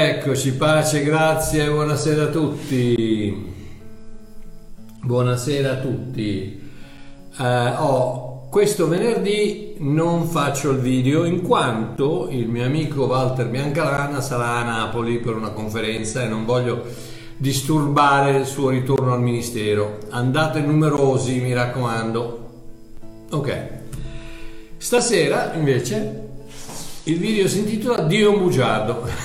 Eccoci, pace, grazie, buonasera a tutti. Buonasera a tutti. Questo venerdì non faccio il video in quanto il mio amico Walter Biancalana sarà a Napoli per una conferenza e non voglio disturbare il suo ritorno al ministero. Andate numerosi, mi raccomando. Ok. Stasera invece il video si intitola Dio è un bugiardo.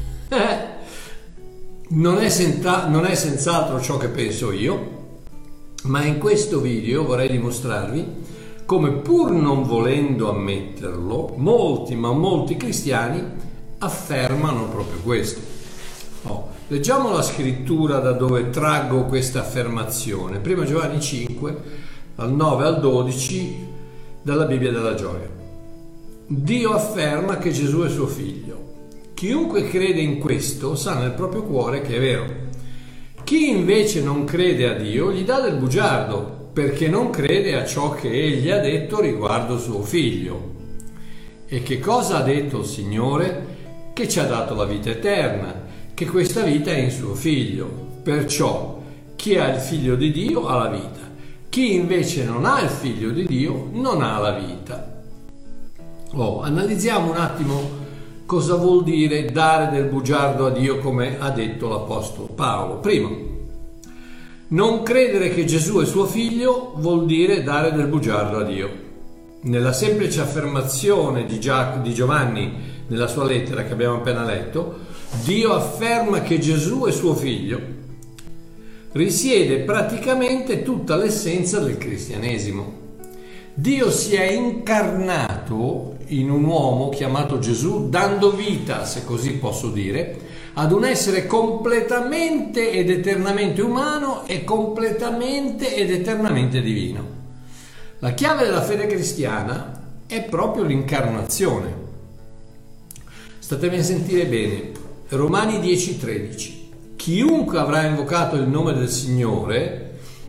Non è senz'altro ciò che penso io, ma in questo video vorrei dimostrarvi come, pur non volendo ammetterlo, molti cristiani affermano proprio questo. Leggiamo la scrittura da dove traggo questa affermazione. 1 Giovanni 5, dal 9 al 12, dalla Bibbia della Gioia. Dio afferma che Gesù è suo figlio. Chiunque crede in questo sa nel proprio cuore che è vero. Chi invece non crede a Dio gli dà del bugiardo, perché non crede a ciò che egli ha detto riguardo suo figlio. E che cosa ha detto il Signore? Che ci ha dato la vita eterna, che questa vita è in suo figlio. Perciò chi ha il figlio di Dio ha la vita. Chi invece non ha il figlio di Dio non ha la vita. Analizziamo un attimo cosa vuol dire dare del bugiardo a Dio, come ha detto l'Apostolo Paolo. Primo, non credere che Gesù è suo figlio vuol dire dare del bugiardo a Dio. Nella semplice affermazione di Giovanni, nella sua lettera che abbiamo appena letto, Dio afferma che Gesù è suo figlio. Risiede praticamente tutta l'essenza del cristianesimo. Dio si è incarnato in un uomo chiamato Gesù, dando vita, se così posso dire, ad un essere completamente ed eternamente umano e completamente ed eternamente divino. La chiave della fede cristiana è proprio l'incarnazione. Statemi a sentire bene. Romani 10,13. Chiunque avrà invocato il nome del Signore,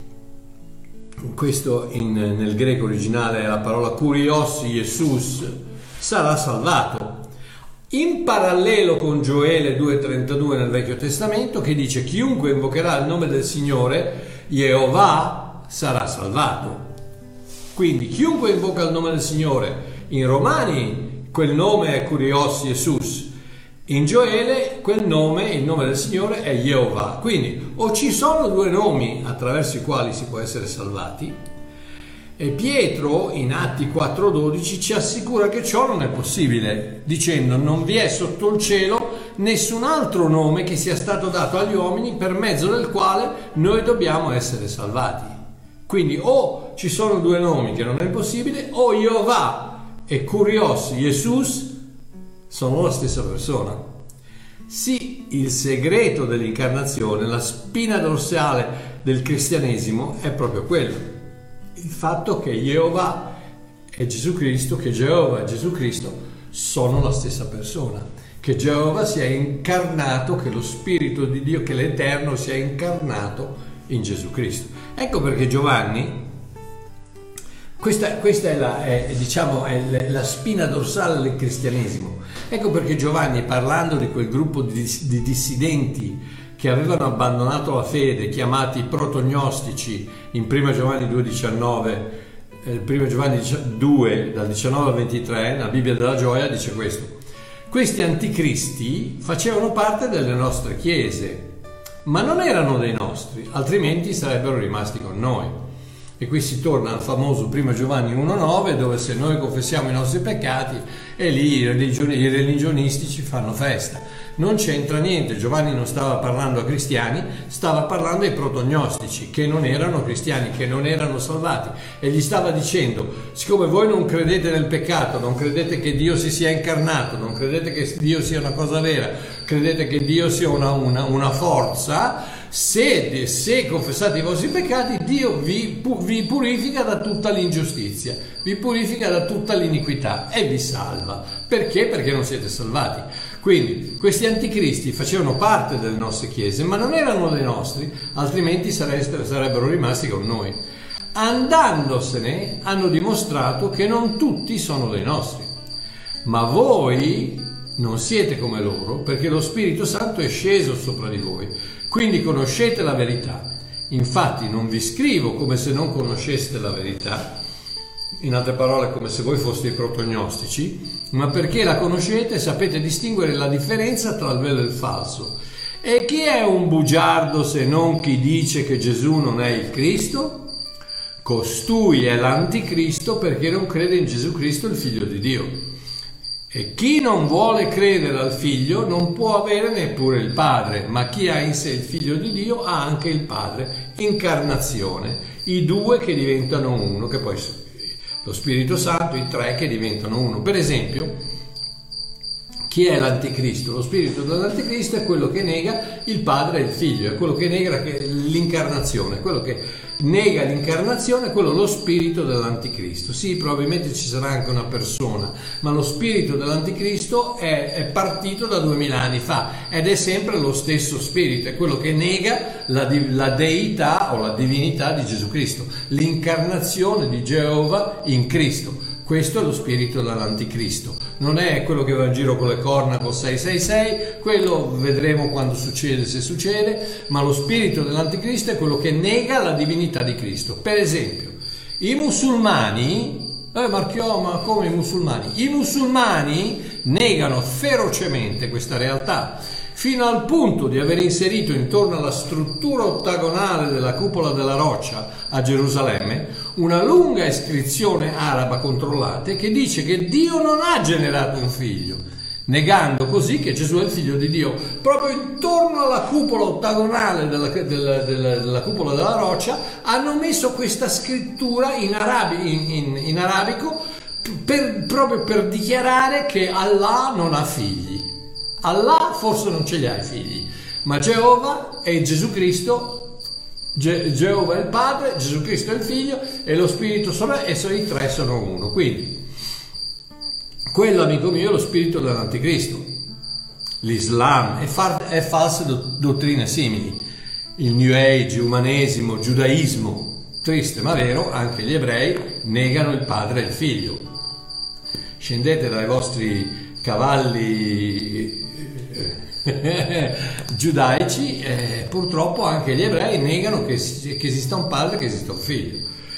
questo nel greco originale è la parola kurios Jesus, sarà salvato. In parallelo con Gioele 2,32 nel Vecchio Testamento, che dice chiunque invocherà il nome del Signore, Jehovah, sarà salvato. Quindi chiunque invoca il nome del Signore, in Romani quel nome è kurios Jesus, in Gioele quel nome, il nome del Signore è Jehovah. Quindi o ci sono due nomi attraverso i quali si può essere salvati, e Pietro in Atti 4,12 ci assicura che ciò non è possibile, dicendo non vi è sotto il cielo nessun altro nome che sia stato dato agli uomini per mezzo del quale noi dobbiamo essere salvati. Quindi o ci sono due nomi, che non è possibile, o Jehovah e Kurios Jesus sono la stessa persona. Sì, il segreto dell'incarnazione, la spina dorsale del cristianesimo è proprio quello: il fatto che Jehovah e Gesù Cristo, che Geova e Gesù Cristo sono la stessa persona, che Geova si è incarnato, che lo Spirito di Dio, che l'Eterno si è incarnato in Gesù Cristo. Ecco perché Giovanni, questa è la spina dorsale del cristianesimo. Ecco perché Giovanni, parlando di quel gruppo di dissidenti che avevano abbandonato la fede, chiamati protognostici, in 1 Giovanni 2,19, 1 Giovanni 2, dal 19 al 23, nella Bibbia della Gioia, dice questo: questi anticristi facevano parte delle nostre chiese, ma non erano dei nostri, altrimenti sarebbero rimasti con noi. E qui si torna al famoso 1 Giovanni 1,9, dove se noi confessiamo i nostri peccati, e lì i religionisti ci fanno festa. Non c'entra niente, Giovanni non stava parlando a cristiani, stava parlando ai protognostici, che non erano cristiani, che non erano salvati, e gli stava dicendo: siccome voi non credete nel peccato, non credete che Dio si sia incarnato, non credete che Dio sia una cosa vera, credete che Dio sia una forza, se confessate i vostri peccati, Dio vi purifica da tutta l'ingiustizia, vi purifica da tutta l'iniquità e vi salva. Perché? Perché non siete salvati. Quindi questi anticristi facevano parte delle nostre chiese, ma non erano dei nostri, altrimenti sarebbero rimasti con noi. Andandosene hanno dimostrato che non tutti sono dei nostri. Ma voi non siete come loro, perché lo Spirito Santo è sceso sopra di voi, quindi conoscete la verità. Infatti non vi scrivo come se non conosceste la verità, in altre parole come se voi foste i protognostici, ma perché la conoscete e sapete distinguere la differenza tra il vero e il falso. E chi è un bugiardo se non chi dice che Gesù non è il Cristo? Costui è l'anticristo perché non crede in Gesù Cristo, il Figlio di Dio. E chi non vuole credere al Figlio non può avere neppure il Padre, ma chi ha in sé il Figlio di Dio ha anche il Padre, incarnazione, i due che diventano uno, che poi lo Spirito Santo, i tre che diventano uno. Per esempio, chi è l'anticristo? Lo spirito dell'anticristo è quello che nega il Padre e il Figlio, è quello che nega l'incarnazione, quello che nega l'incarnazione, quello è lo spirito dell'anticristo. Sì, probabilmente ci sarà anche una persona, ma lo spirito dell'anticristo è partito da 2000 anni fa ed è sempre lo stesso spirito, è quello che nega la deità o la divinità di Gesù Cristo, l'incarnazione di Geova in Cristo. Questo è lo spirito dell'anticristo, non è quello che va in giro con le corna col 666, quello vedremo quando succede, se succede, ma lo spirito dell'anticristo è quello che nega la divinità di Cristo. Per esempio, i musulmani, Marchiò, ma come i musulmani? I musulmani negano ferocemente questa realtà, fino al punto di aver inserito intorno alla struttura ottagonale della cupola della roccia a Gerusalemme una lunga iscrizione araba controllata che dice che Dio non ha generato un figlio, negando così che Gesù è il Figlio di Dio. Proprio intorno alla cupola ottagonale della cupola della roccia hanno messo questa scrittura in arabico proprio per dichiarare che Allah non ha figli. Allah forse non ce li ha i figli, ma Geova è Gesù Cristo, Geova è il Padre, Gesù Cristo è il Figlio e lo Spirito e i tre sono uno. Quindi quello, amico mio, è lo spirito dell'anticristo. L'Islam e false dottrine simili, il New Age, umanesimo, giudaismo, triste ma vero, anche gli ebrei negano il Padre e il Figlio. Scendete dai vostri cavalli giudaici, purtroppo anche gli ebrei negano che esista un padre, che esista un figlio,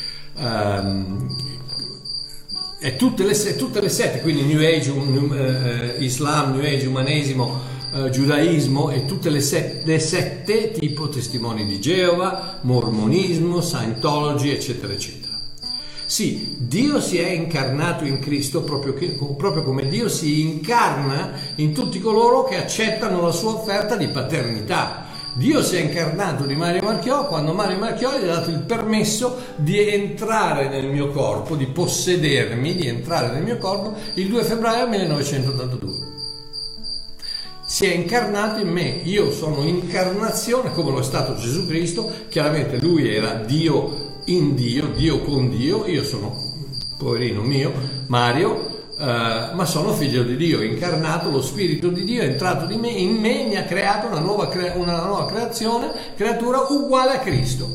e tutte le sette, quindi New Age, Islam, New Age, umanesimo, giudaismo e tutte le sette tipo testimoni di Geova, mormonismo, Scientology, eccetera eccetera. Sì, Dio si è incarnato in Cristo proprio come Dio si incarna in tutti coloro che accettano la sua offerta di paternità. Dio si è incarnato di Mario Marchiò quando Mario Marchiò gli ha dato il permesso di entrare nel mio corpo, di possedermi, di entrare nel mio corpo il 2 febbraio 1982. Si è incarnato in me, io sono incarnazione come lo è stato Gesù Cristo. Chiaramente lui era Dio in Dio, Dio con Dio, io sono poverino mio, Mario, ma sono figlio di Dio, incarnato, lo Spirito di Dio è entrato in me, mi ha creato una nuova creatura uguale a Cristo.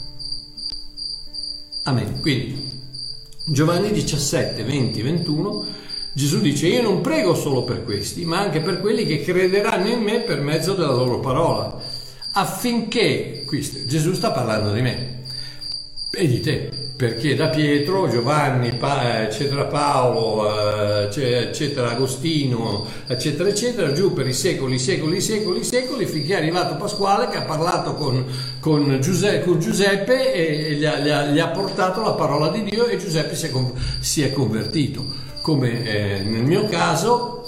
Amen. Quindi Giovanni 17, 20, 21, Gesù dice: io non prego solo per questi, ma anche per quelli che crederanno in me per mezzo della loro parola, affinché, qui Gesù sta parlando di me e di te, perché da Pietro, Giovanni, eccetera, Paolo, eccetera, Agostino, eccetera, eccetera, giù per i secoli, finché è arrivato Pasquale che ha parlato con Giuseppe e gli ha portato la parola di Dio e Giuseppe si è convertito. Come nel mio caso,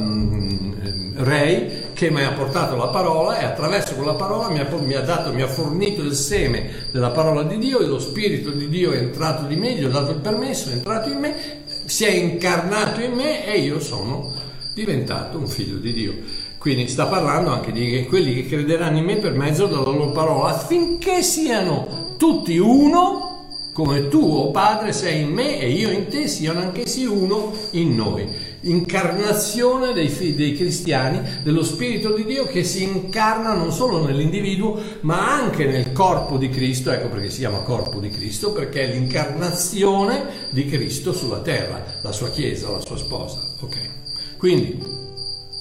Ray, che mi ha portato la parola e attraverso quella parola mi ha fornito il seme della parola di Dio, e lo Spirito di Dio è entrato di me, gli ho dato il permesso, è entrato in me, si è incarnato in me e io sono diventato un figlio di Dio. Quindi sta parlando anche di quelli che crederanno in me per mezzo della loro parola, affinché siano tutti uno, come tu, o Padre, sei in me e io in te, siano anch'essi uno in noi. Incarnazione dei cristiani, dello Spirito di Dio che si incarna non solo nell'individuo ma anche nel corpo di Cristo. Ecco perché si chiama corpo di Cristo, perché è l'incarnazione di Cristo sulla terra, la sua Chiesa, la sua sposa. Ok, quindi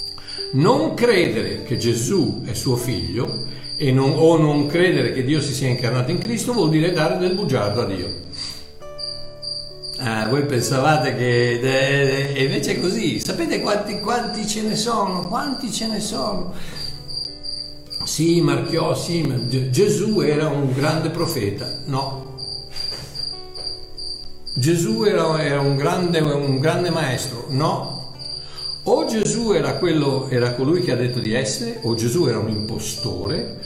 Non credere che Gesù è suo figlio o non credere che Dio si sia incarnato in Cristo vuol dire dare del bugiardo a Dio. Voi pensavate che invece è così. Sapete quanti ce ne sono? Quanti ce ne sono? Sì, Marchiò, sì, Gesù era un grande profeta. No. Gesù era un grande maestro. No. O Gesù era colui che ha detto di essere, o Gesù era un impostore,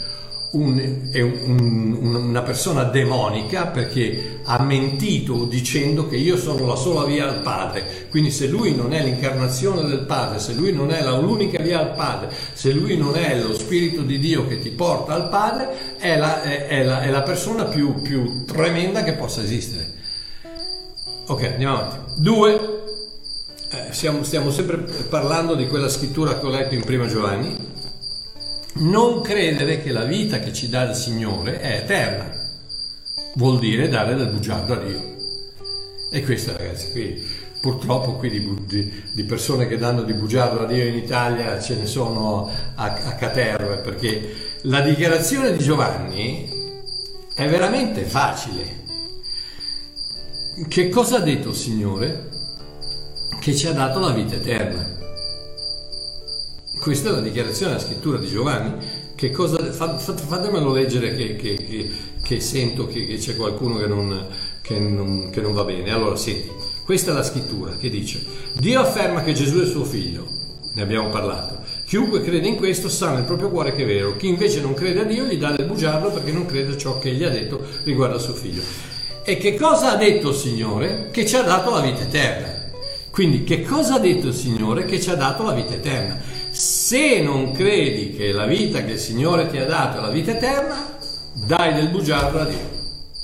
una persona demonica, perché ha mentito dicendo che io sono la sola via al Padre. Quindi se lui non è l'incarnazione del Padre, se lui non è l'unica via al Padre, se lui non è lo Spirito di Dio che ti porta al Padre, è la persona più tremenda che possa esistere. Ok, andiamo avanti. 2. Stiamo sempre parlando di quella scrittura che ho letto in Prima Giovanni. Non credere che la vita che ci dà il Signore è eterna vuol dire dare del bugiardo a Dio. E questo, ragazzi, qui purtroppo di persone che danno di bugiardo a Dio in Italia ce ne sono a caterve, perché la dichiarazione di Giovanni è veramente facile. Che cosa ha detto il Signore? Che ci ha dato la vita eterna. Questa è la dichiarazione della scrittura di Giovanni. Che cosa, fatemelo leggere che sento che c'è qualcuno che non va bene. Allora, senti, questa è la scrittura che dice: Dio afferma che Gesù è suo figlio, ne abbiamo parlato. Chiunque crede in questo sa nel proprio cuore che è vero. Chi invece non crede a Dio gli dà del bugiardo perché non crede a ciò che egli ha detto riguardo a suo figlio. E che cosa ha detto il Signore? Che ci ha dato la vita eterna. Quindi che cosa ha detto il Signore? Che ci ha dato la vita eterna. Se non credi che la vita che il Signore ti ha dato è la vita eterna, dai del bugiardo a Dio.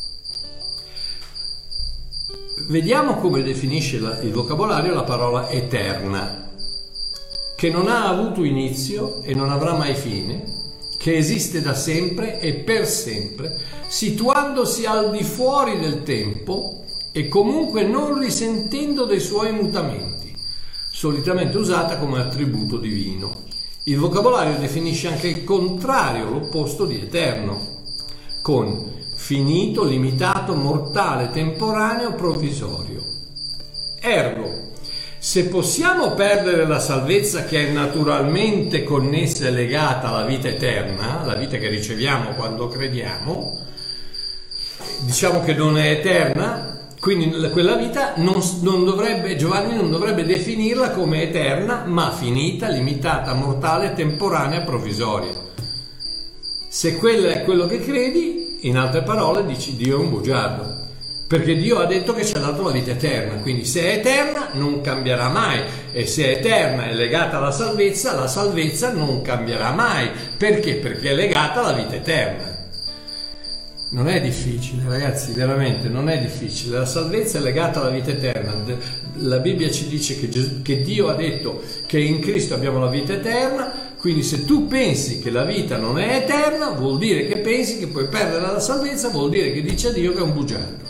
Vediamo come definisce il vocabolario la parola eterna, che non ha avuto inizio e non avrà mai fine, che esiste da sempre e per sempre, situandosi al di fuori del tempo e comunque non risentendo dei suoi mutamenti, solitamente usata come attributo divino. Il vocabolario definisce anche il contrario, l'opposto di eterno, con finito, limitato, mortale, temporaneo, provvisorio. Ergo, se possiamo perdere la salvezza che è naturalmente connessa e legata alla vita eterna, la vita che riceviamo quando crediamo, diciamo che non è eterna, quindi quella vita Giovanni non dovrebbe definirla come eterna, ma finita, limitata, mortale, temporanea, provvisoria. Se quello è quello che credi, in altre parole dici Dio è un bugiardo, perché Dio ha detto che ci ha dato la vita eterna, quindi se è eterna non cambierà mai, e se è eterna e legata alla salvezza, la salvezza non cambierà mai. Perché? Perché è legata alla vita eterna. Non è difficile, ragazzi, veramente non è difficile. La salvezza è legata alla vita eterna. La Bibbia ci dice che Dio ha detto che in Cristo abbiamo la vita eterna, quindi se tu pensi che la vita non è eterna, vuol dire che pensi che puoi perdere la salvezza, vuol dire che dice a Dio che è un bugiardo.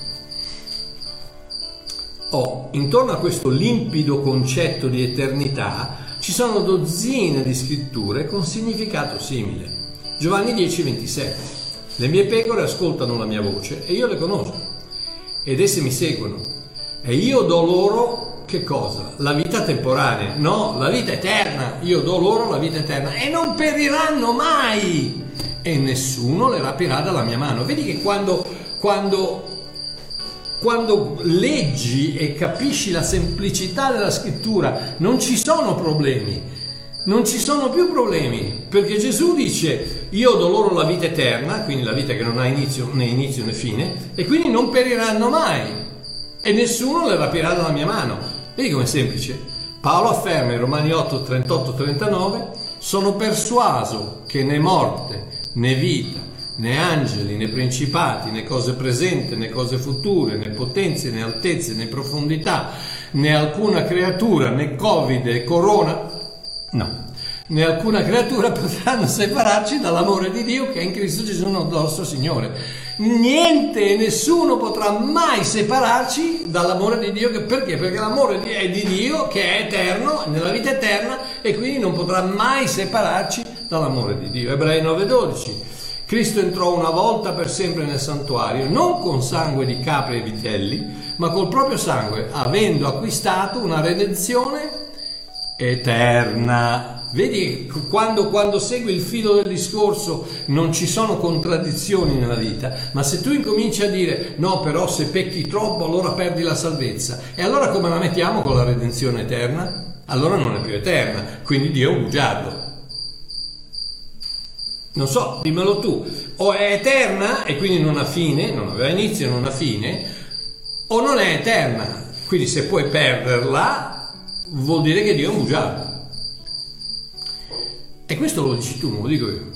Intorno a questo limpido concetto di eternità ci sono dozzine di scritture con significato simile. Giovanni 10:27. Le mie pecore ascoltano la mia voce e io le conosco ed esse mi seguono e io do loro che cosa? La vita temporanea? No, la vita eterna. Io do loro la vita eterna e non periranno mai e nessuno le rapirà dalla mia mano. Vedi che quando leggi e capisci la semplicità della scrittura non ci sono problemi. Non ci sono più problemi, perché Gesù dice io do loro la vita eterna, quindi la vita che non ha inizio né fine, e quindi non periranno mai e nessuno le rapirà dalla mia mano. Vedi com'è semplice? Paolo afferma in Romani 8, 38-39: sono persuaso che né morte, né vita, né angeli, né principati, né cose presenti, né cose future, né potenze, né altezze, né profondità, né alcuna creatura, né Covid e corona, né alcuna creatura potranno separarci dall'amore di Dio che è in Cristo Gesù nostro Signore. Niente e nessuno potrà mai separarci dall'amore di Dio. Perché? Perché l'amore è di Dio, che è eterno, nella vita eterna, e quindi non potrà mai separarci dall'amore di Dio. Ebrei 9:12. Cristo entrò una volta per sempre nel santuario, non con sangue di capre e vitelli, ma col proprio sangue, avendo acquistato una redenzione eterna. Vedi, quando segui il filo del discorso non ci sono contraddizioni nella vita, ma se tu incominci a dire no, però se pecchi troppo allora perdi la salvezza, e allora come la mettiamo con la redenzione eterna? Allora non è più eterna, quindi Dio è un bugiardo. Non so, dimmelo tu, o è eterna e quindi non ha fine, non aveva inizio e non ha fine, o non è eterna, quindi se puoi perderla vuol dire che Dio è un bugiardo. E questo lo dici tu, non lo dico io.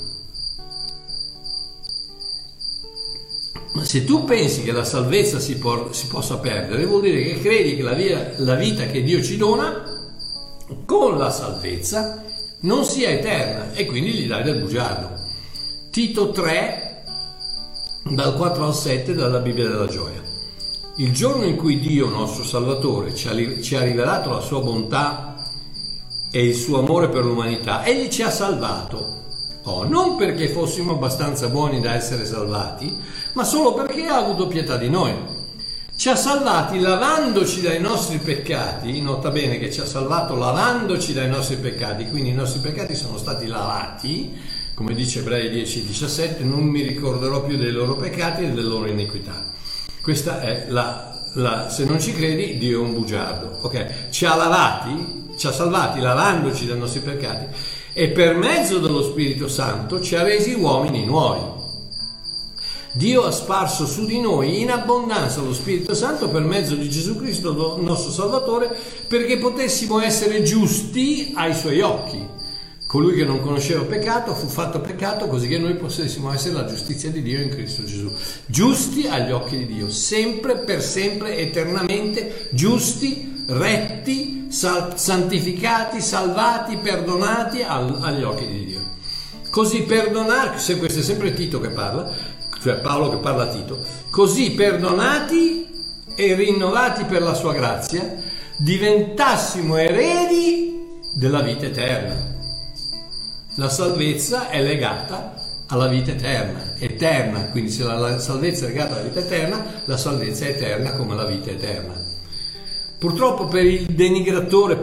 Ma se tu pensi che la salvezza si possa perdere, vuol dire che credi che la vita che Dio ci dona con la salvezza non sia eterna, e quindi gli dai del bugiardo. Tito 3, dal 4 al 7, dalla Bibbia della Gioia. Il giorno in cui Dio, nostro Salvatore, ci ha rivelato la sua bontà e il suo amore per l'umanità, egli ci ha salvato. Non perché fossimo abbastanza buoni da essere salvati, ma solo perché ha avuto pietà di noi. Ci ha salvati lavandoci dai nostri peccati, nota bene che ci ha salvato lavandoci dai nostri peccati, quindi i nostri peccati sono stati lavati, come dice Ebrei 10:17, non mi ricorderò più dei loro peccati e delle loro iniquità. Questa è se non ci credi, Dio è un bugiardo. Ok? Ci ha salvati lavandoci dai nostri peccati, e per mezzo dello Spirito Santo ci ha resi uomini nuovi. Dio ha sparso su di noi in abbondanza lo Spirito Santo per mezzo di Gesù Cristo, nostro Salvatore, perché potessimo essere giusti ai suoi occhi. Colui che non conosceva peccato fu fatto peccato così che noi potessimo essere la giustizia di Dio in Cristo Gesù. Giusti agli occhi di Dio, sempre, per sempre, eternamente, giusti, retti, santificati, salvati, perdonati agli occhi di Dio. Così perdonati, se questo è sempre Tito che parla, cioè Paolo che parla a Tito, così perdonati e rinnovati per la sua grazia, diventassimo eredi della vita eterna. La salvezza è legata alla vita eterna, quindi se la salvezza è legata alla vita eterna, la salvezza è eterna come la vita eterna. Purtroppo per il denigratore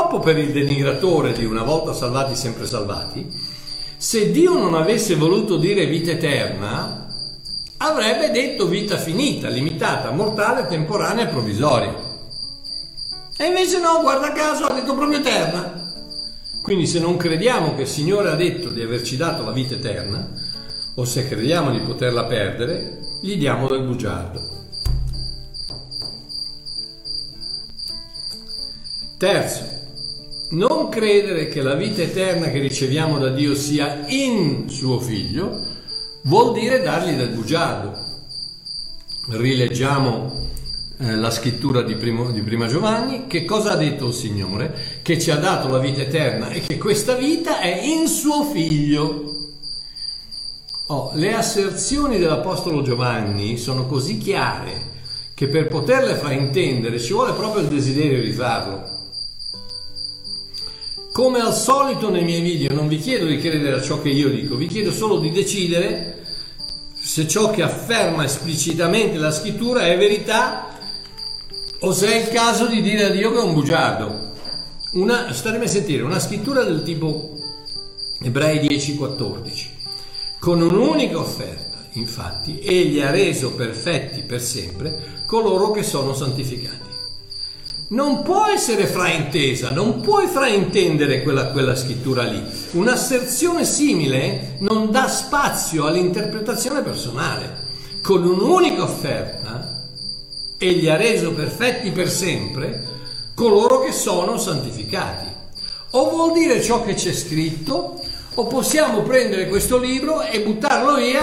di una volta salvati sempre salvati, se Dio non avesse voluto dire vita eterna, avrebbe detto vita finita, limitata, mortale, temporanea e provvisoria. E invece no, guarda caso, ha detto proprio eterna. Quindi se non crediamo che il Signore ha detto di averci dato la vita eterna, o se crediamo di poterla perdere, gli diamo del bugiardo. Terzo, non credere che la vita eterna che riceviamo da Dio sia in suo Figlio vuol dire dargli del bugiardo. Rileggiamo la scrittura di prima Giovanni. Che cosa ha detto il Signore? Che ci ha dato la vita eterna e che questa vita è in suo Figlio. Le asserzioni dell'Apostolo Giovanni sono così chiare che per poterle fraintendere ci vuole proprio il desiderio di farlo. Come al solito nei miei video non vi chiedo di credere a ciò che io dico, vi chiedo solo di decidere se ciò che afferma esplicitamente la scrittura è verità o se è il caso di dire a Dio che è un bugiardo. Statemi a sentire una scrittura del tipo Ebrei 10:14. Con un'unica offerta, infatti, egli ha reso perfetti per sempre coloro che sono santificati. Non può essere fraintesa, non puoi fraintendere quella scrittura lì. Un'asserzione simile non dà spazio all'interpretazione personale. Con un'unica offerta, egli ha reso perfetti per sempre coloro che sono santificati. O vuol dire ciò che c'è scritto, o possiamo prendere questo libro e buttarlo via,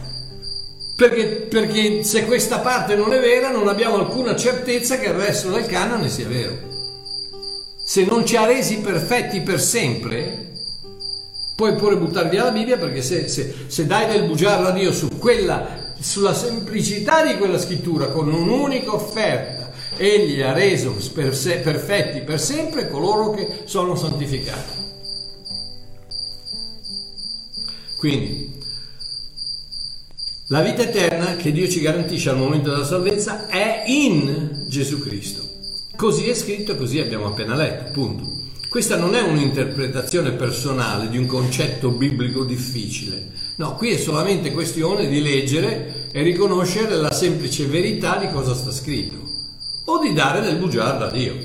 perché se questa parte non è vera non abbiamo alcuna certezza che il resto del canone sia vero. Se non ci ha resi perfetti per sempre, puoi pure buttare via la Bibbia, perché se dai del bugiardo a Dio su quella sulla semplicità di quella scrittura, con un'unica offerta, egli ha reso perfetti per sempre coloro che sono santificati. Quindi, la vita eterna che Dio ci garantisce al momento della salvezza è in Gesù Cristo. Così è scritto, così abbiamo appena letto, punto. Questa non è un'interpretazione personale di un concetto biblico difficile. No, qui è solamente questione di leggere e riconoscere la semplice verità di cosa sta scritto, o di dare del bugiardo a Dio.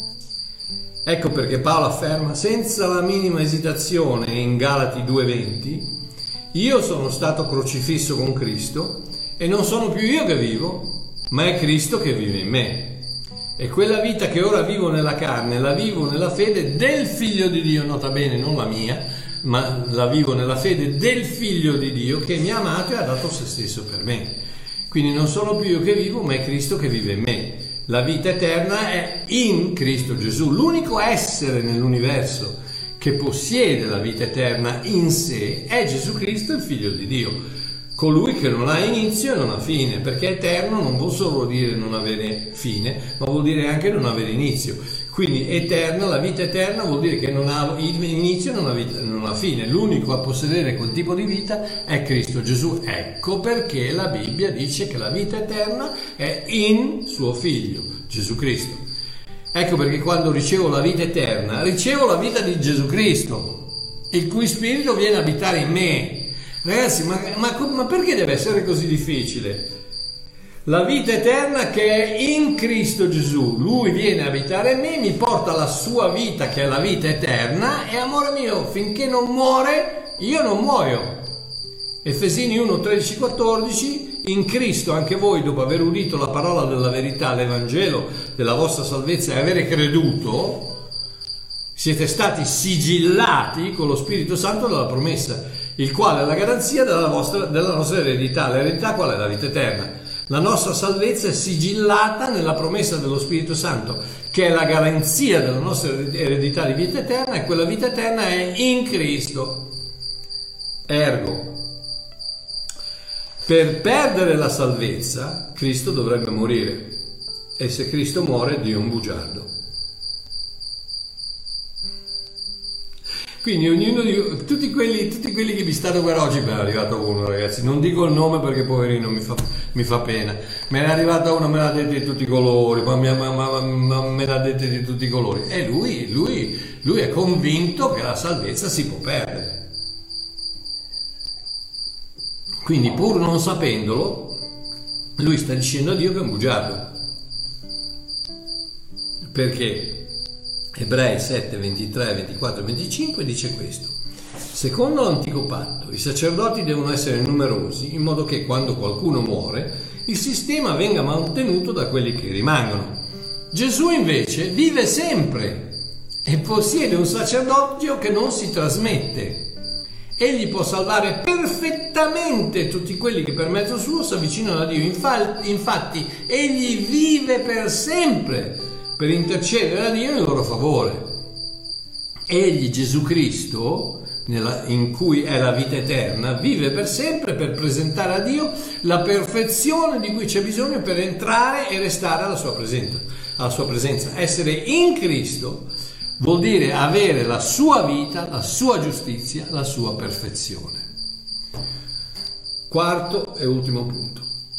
Ecco perché Paolo afferma senza la minima esitazione in Galati 2:20: io sono stato crocifisso con Cristo e non sono più io che vivo, ma è Cristo che vive in me. E quella vita che ora vivo nella carne, la vivo nella fede del Figlio di Dio, nota bene, non la mia, ma la vivo nella fede del Figlio di Dio che mi ha amato e ha dato se stesso per me. Quindi non sono più io che vivo, ma è Cristo che vive in me. La vita eterna è in Cristo Gesù, l'unico essere nell'universo che possiede la vita eterna in sé è Gesù Cristo, il Figlio di Dio, colui che non ha inizio e non ha fine, perché eterno non vuol solo dire non avere fine, ma vuol dire anche non avere inizio. Quindi eterna, la vita eterna vuol dire che non ha inizio e non ha fine. L'unico a possedere quel tipo di vita è Cristo Gesù. Ecco perché la Bibbia dice che la vita eterna è in suo Figlio, Gesù Cristo. Ecco perché quando ricevo la vita eterna, ricevo la vita di Gesù Cristo, il cui spirito viene a abitare in me. Ragazzi, ma perché deve essere così difficile? La vita eterna che è in Cristo Gesù, Lui viene a abitare in me, mi porta la sua vita che è la vita eterna e amore mio, finché non muore, io non muoio. Efesini 1, 13, 14, in Cristo anche voi, dopo aver udito la parola della verità, l'Evangelo della vostra salvezza e avere creduto, siete stati sigillati con lo Spirito Santo della promessa, il quale è la garanzia della nostra eredità. L'eredità qual è? La vita eterna. La nostra salvezza è sigillata nella promessa dello Spirito Santo, che è la garanzia della nostra eredità di vita eterna, e quella vita eterna è in Cristo. Ergo, per perdere la salvezza, Cristo dovrebbe morire. E se Cristo muore, Dio è un bugiardo. Quindi ognuno di tutti quelli che vi stanno guardando, oggi me ne è arrivato uno, ragazzi, non dico il nome perché poverino mi fa pena, me ne è arrivato uno, me l'ha detto di tutti i colori, ma me l'ha detto di tutti i colori, e lui è convinto che la salvezza si può perdere. Quindi pur non sapendolo, lui sta dicendo a Dio che è un bugiardo. Perché Ebrei 7, 23, 24 e 25 dice questo: secondo l'antico patto i sacerdoti devono essere numerosi, in modo che quando qualcuno muore il sistema venga mantenuto da quelli che rimangono. Gesù invece vive sempre e possiede un sacerdozio che non si trasmette. Egli può salvare perfettamente tutti quelli che per mezzo suo si avvicinano a Dio. Infatti egli vive per sempre per intercedere a Dio in loro favore. Egli, Gesù Cristo, in cui è la vita eterna, vive per sempre per presentare a Dio la perfezione di cui c'è bisogno per entrare e restare alla sua presenza. Essere in Cristo vuol dire avere la sua vita, la sua giustizia, la sua perfezione. Quarto e ultimo punto.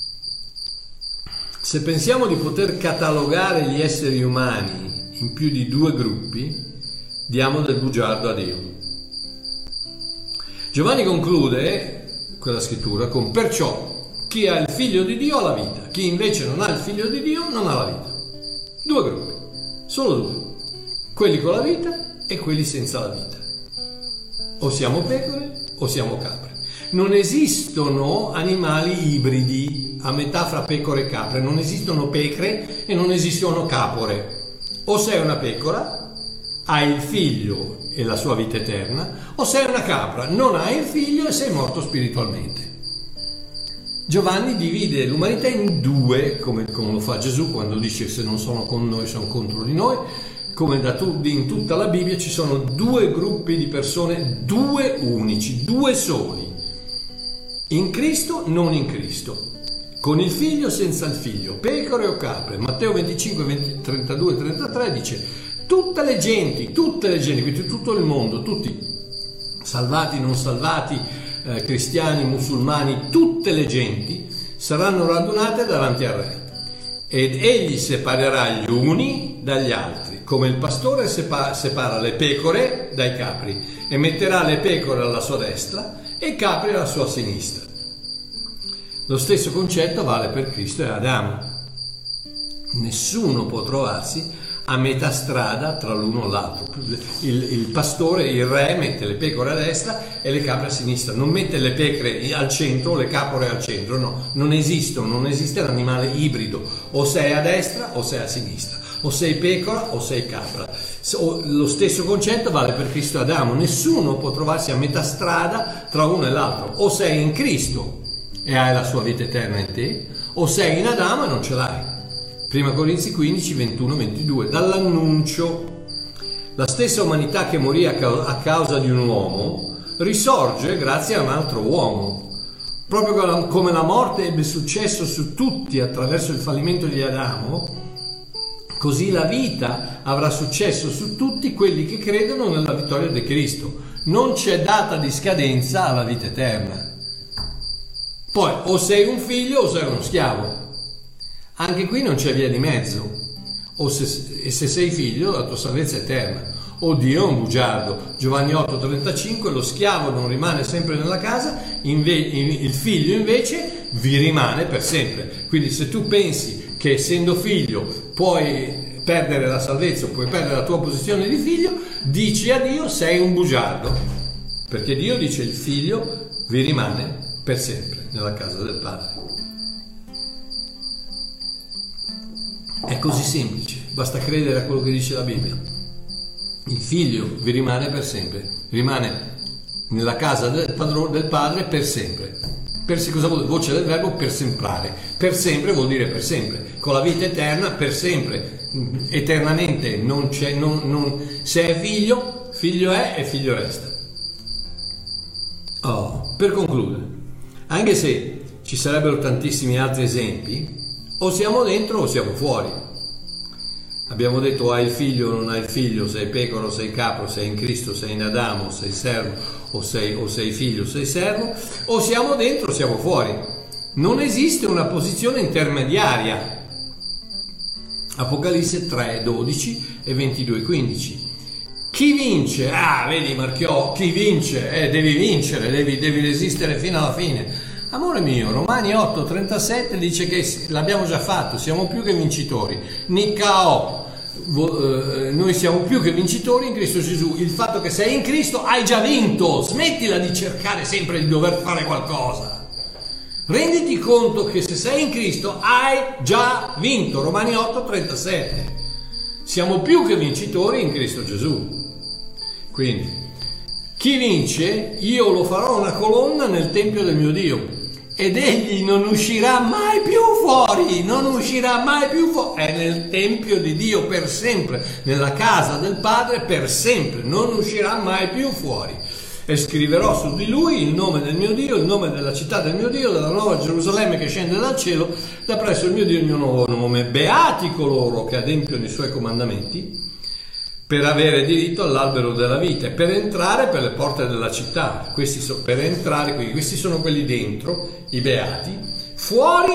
Se pensiamo di poter catalogare gli esseri umani in più di due gruppi, diamo del bugiardo a Dio. Giovanni conclude quella scrittura con: perciò chi ha il figlio di Dio ha la vita, chi invece non ha il figlio di Dio non ha la vita. Due gruppi, solo due: quelli con la vita e quelli senza la vita. O siamo pecore o siamo capre. Non esistono animali ibridi a metà fra pecore e capre, non esistono pecore e non esistono capore. O sei una pecora, hai il figlio e la sua vita eterna, o sei una capra, non hai il figlio e sei morto spiritualmente. Giovanni divide l'umanità in due, come lo fa Gesù quando dice: se non sono con noi sono contro di noi. Come in tutta la Bibbia ci sono due gruppi di persone, due unici, due soli: in Cristo, non in Cristo, con il figlio, senza il figlio, pecore o capre. Matteo 25, 32 e 33 dice: tutte le genti, quindi tutto il mondo, tutti, salvati, non salvati, cristiani, musulmani, tutte le genti saranno radunate davanti al Re. Ed egli separerà gli uni dagli altri, come il pastore separa le pecore dai capri, e metterà le pecore alla sua destra e i capri alla sua sinistra. Lo stesso concetto vale per Cristo e Adamo. Nessuno può trovarsi a metà strada tra l'uno e l'altro. Il pastore, il re, mette le pecore a destra e le capre a sinistra, non mette le pecore al centro, le capre al centro, no, non esiste l'animale ibrido, o sei a destra o sei a sinistra, o sei pecora o sei capra. Lo stesso concetto vale per Cristo e Adamo. Nessuno può trovarsi a metà strada tra uno e l'altro, o sei in Cristo e hai la sua vita eterna in te, o sei in Adamo e non ce l'hai. 1 Corinzi 15, 21, 22. Dall'annuncio, la stessa umanità che morì a causa di un uomo risorge grazie a un altro uomo. Proprio come la morte ebbe successo su tutti attraverso il fallimento di Adamo, così la vita avrà successo su tutti quelli che credono nella vittoria di Cristo. Non c'è data di scadenza alla vita eterna. Poi o sei un figlio o sei uno schiavo. Anche qui non c'è via di mezzo. Se sei figlio, la tua salvezza è eterna. O Dio è un bugiardo. Giovanni 8,35: lo schiavo non rimane sempre nella casa, il figlio invece vi rimane per sempre. Quindi se tu pensi che essendo figlio puoi perdere la salvezza, puoi perdere la tua posizione di figlio, dici a Dio sei un bugiardo. Perché Dio dice il figlio vi rimane per sempre nella casa del Padre. È così semplice, basta credere a quello che dice la Bibbia. Il figlio vi rimane per sempre, rimane nella casa del Padre per sempre. Cosa vuol dire? Voce del verbo per semprare. Per sempre vuol dire per sempre. Con la vita eterna, per sempre, eternamente. Se è figlio è e figlio resta. Per concludere, anche se ci sarebbero tantissimi altri esempi, o siamo dentro o siamo fuori. Abbiamo detto: hai il figlio o non hai il figlio, sei pecora o sei capro, sei in Cristo, sei in Adamo, sei servo o sei figlio o sei servo, o siamo dentro o siamo fuori. Non esiste una posizione intermediaria. Apocalisse 3, 12 e 22, 15. Chi vince? Vedi Marchiò, chi vince? Devi vincere, devi resistere fino alla fine. Amore mio, Romani 8,37 dice che l'abbiamo già fatto, siamo più che vincitori. Nikao, noi siamo più che vincitori in Cristo Gesù. Il fatto che sei in Cristo hai già vinto. Smettila di cercare sempre di dover fare qualcosa. Renditi conto che se sei in Cristo hai già vinto. Romani 8,37. Siamo più che vincitori in Cristo Gesù. Quindi, chi vince, io lo farò una colonna nel tempio del mio Dio. Ed egli non uscirà mai più fuori, è nel tempio di Dio per sempre, nella casa del Padre per sempre, non uscirà mai più fuori. E scriverò su di lui il nome del mio Dio, il nome della città del mio Dio, della nuova Gerusalemme che scende dal cielo, da presso il mio Dio il mio nuovo nome. Beati coloro che adempiono i suoi comandamenti, per avere diritto all'albero della vita e per entrare per le porte della città. Questi sono quelli dentro, i beati. Fuori,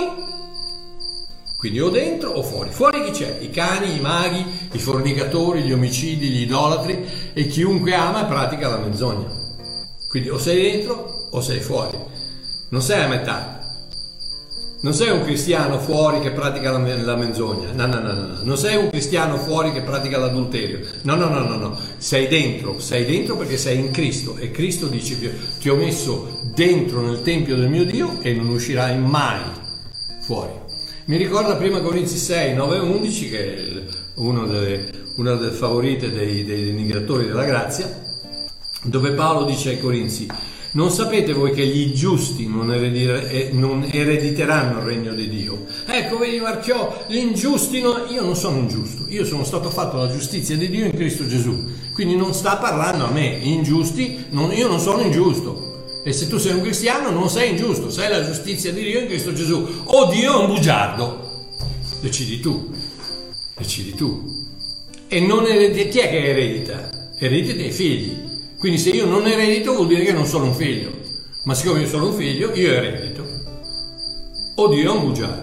quindi o dentro o fuori. Fuori chi c'è? I cani, i maghi, i fornicatori, gli omicidi, gli idolatri e chiunque ama e pratica la menzogna. Quindi o sei dentro o sei fuori, non sei a metà. Non sei un cristiano fuori che pratica la menzogna, no. Non sei un cristiano fuori che pratica l'adulterio, no. Sei dentro perché sei in Cristo e Cristo dice: ti ho messo dentro nel tempio del mio Dio e non uscirai mai fuori. Mi ricorda 1 Corinzi 6, 9 e 11, che è una delle favorite dei denigratori della grazia, dove Paolo dice ai Corinzi: non sapete voi che gli giusti non erediteranno il regno di Dio? Ecco, vedi Marchiò, gli ingiusti io non sono ingiusto, io sono stato fatto la giustizia di Dio in Cristo Gesù, quindi non sta parlando a me, ingiusti, io non sono ingiusto, E se tu sei un cristiano non sei ingiusto, sei la giustizia di Dio in Cristo Gesù. O Dio è un bugiardo. Decidi tu. E non eredita. Chi è che eredita? Ereditano i figli. Quindi se io non eredito vuol dire che non sono un figlio. Ma siccome io sono un figlio, io eredito. O Dio è un bugiardo.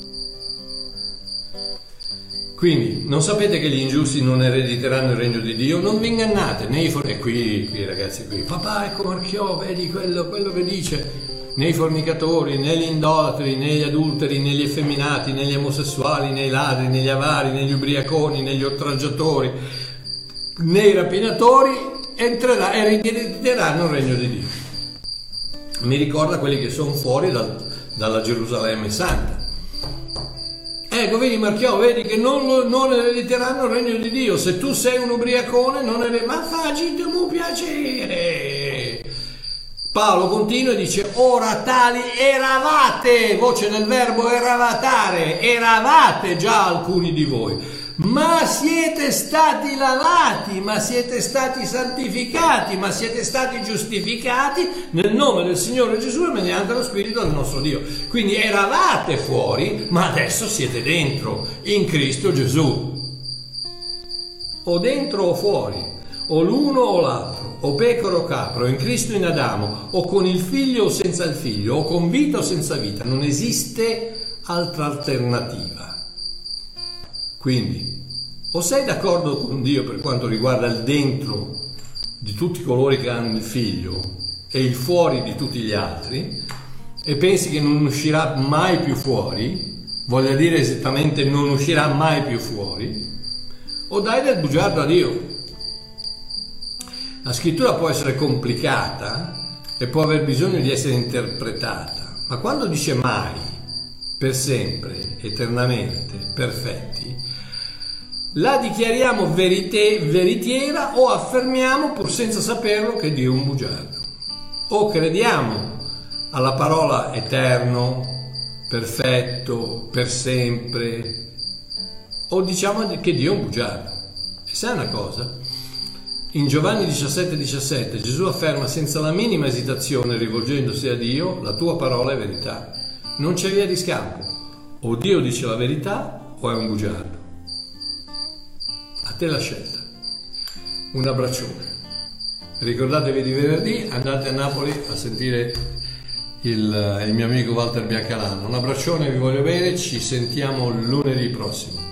Quindi non sapete che gli ingiusti non erediteranno il regno di Dio? Non vi ingannate, e qui ragazzi, papà ecco Marchiò, vedi quello che dice, né i fornicatori, né gli idolatri, né gli adulteri, né gli effeminati, né gli omosessuali, né i ladri, né gli avari, né gli ubriaconi, né gli oltraggiatori, né i rapinatori erediteranno il regno di Dio. Mi ricorda quelli che sono fuori dalla Gerusalemme Santa. Ecco, vedi Marchiò, vedi che non erediteranno il regno di Dio. Se tu sei un ubriacone, ma facci un piacere. Paolo continua e dice: ora tali eravate, voce del verbo eravatare, eravate già alcuni di voi, ma siete stati lavati, ma siete stati santificati, ma siete stati giustificati nel nome del Signore Gesù e mediante lo Spirito del nostro Dio. Quindi eravate fuori, ma adesso siete dentro, in Cristo Gesù. O dentro o fuori, o l'uno o l'altro, o pecora o capro, in Cristo in Adamo, o con il figlio o senza il figlio, o con vita o senza vita. Non esiste altra alternativa. Quindi, o sei d'accordo con Dio per quanto riguarda il dentro di tutti coloro che hanno il figlio e il fuori di tutti gli altri, e pensi che non uscirà mai più fuori, voglia dire esattamente non uscirà mai più fuori, o dai del bugiardo a Dio. La scrittura può essere complicata e può aver bisogno di essere interpretata, ma quando dice mai, per sempre, eternamente, perfetti, la dichiariamo veritiera o affermiamo, pur senza saperlo, che Dio è un bugiardo. O crediamo alla parola eterno, perfetto, per sempre, o diciamo che Dio è un bugiardo. E sai una cosa? In Giovanni 17,17 Gesù afferma senza la minima esitazione, rivolgendosi a Dio: la tua parola è verità. Non c'è via di scampo. O Dio dice la verità o è un bugiardo. A te la scelta. Un abbraccione. Ricordatevi di venerdì, andate a Napoli a sentire il mio amico Walter Biancalana. Un abbraccione, vi voglio bene, ci sentiamo lunedì prossimo.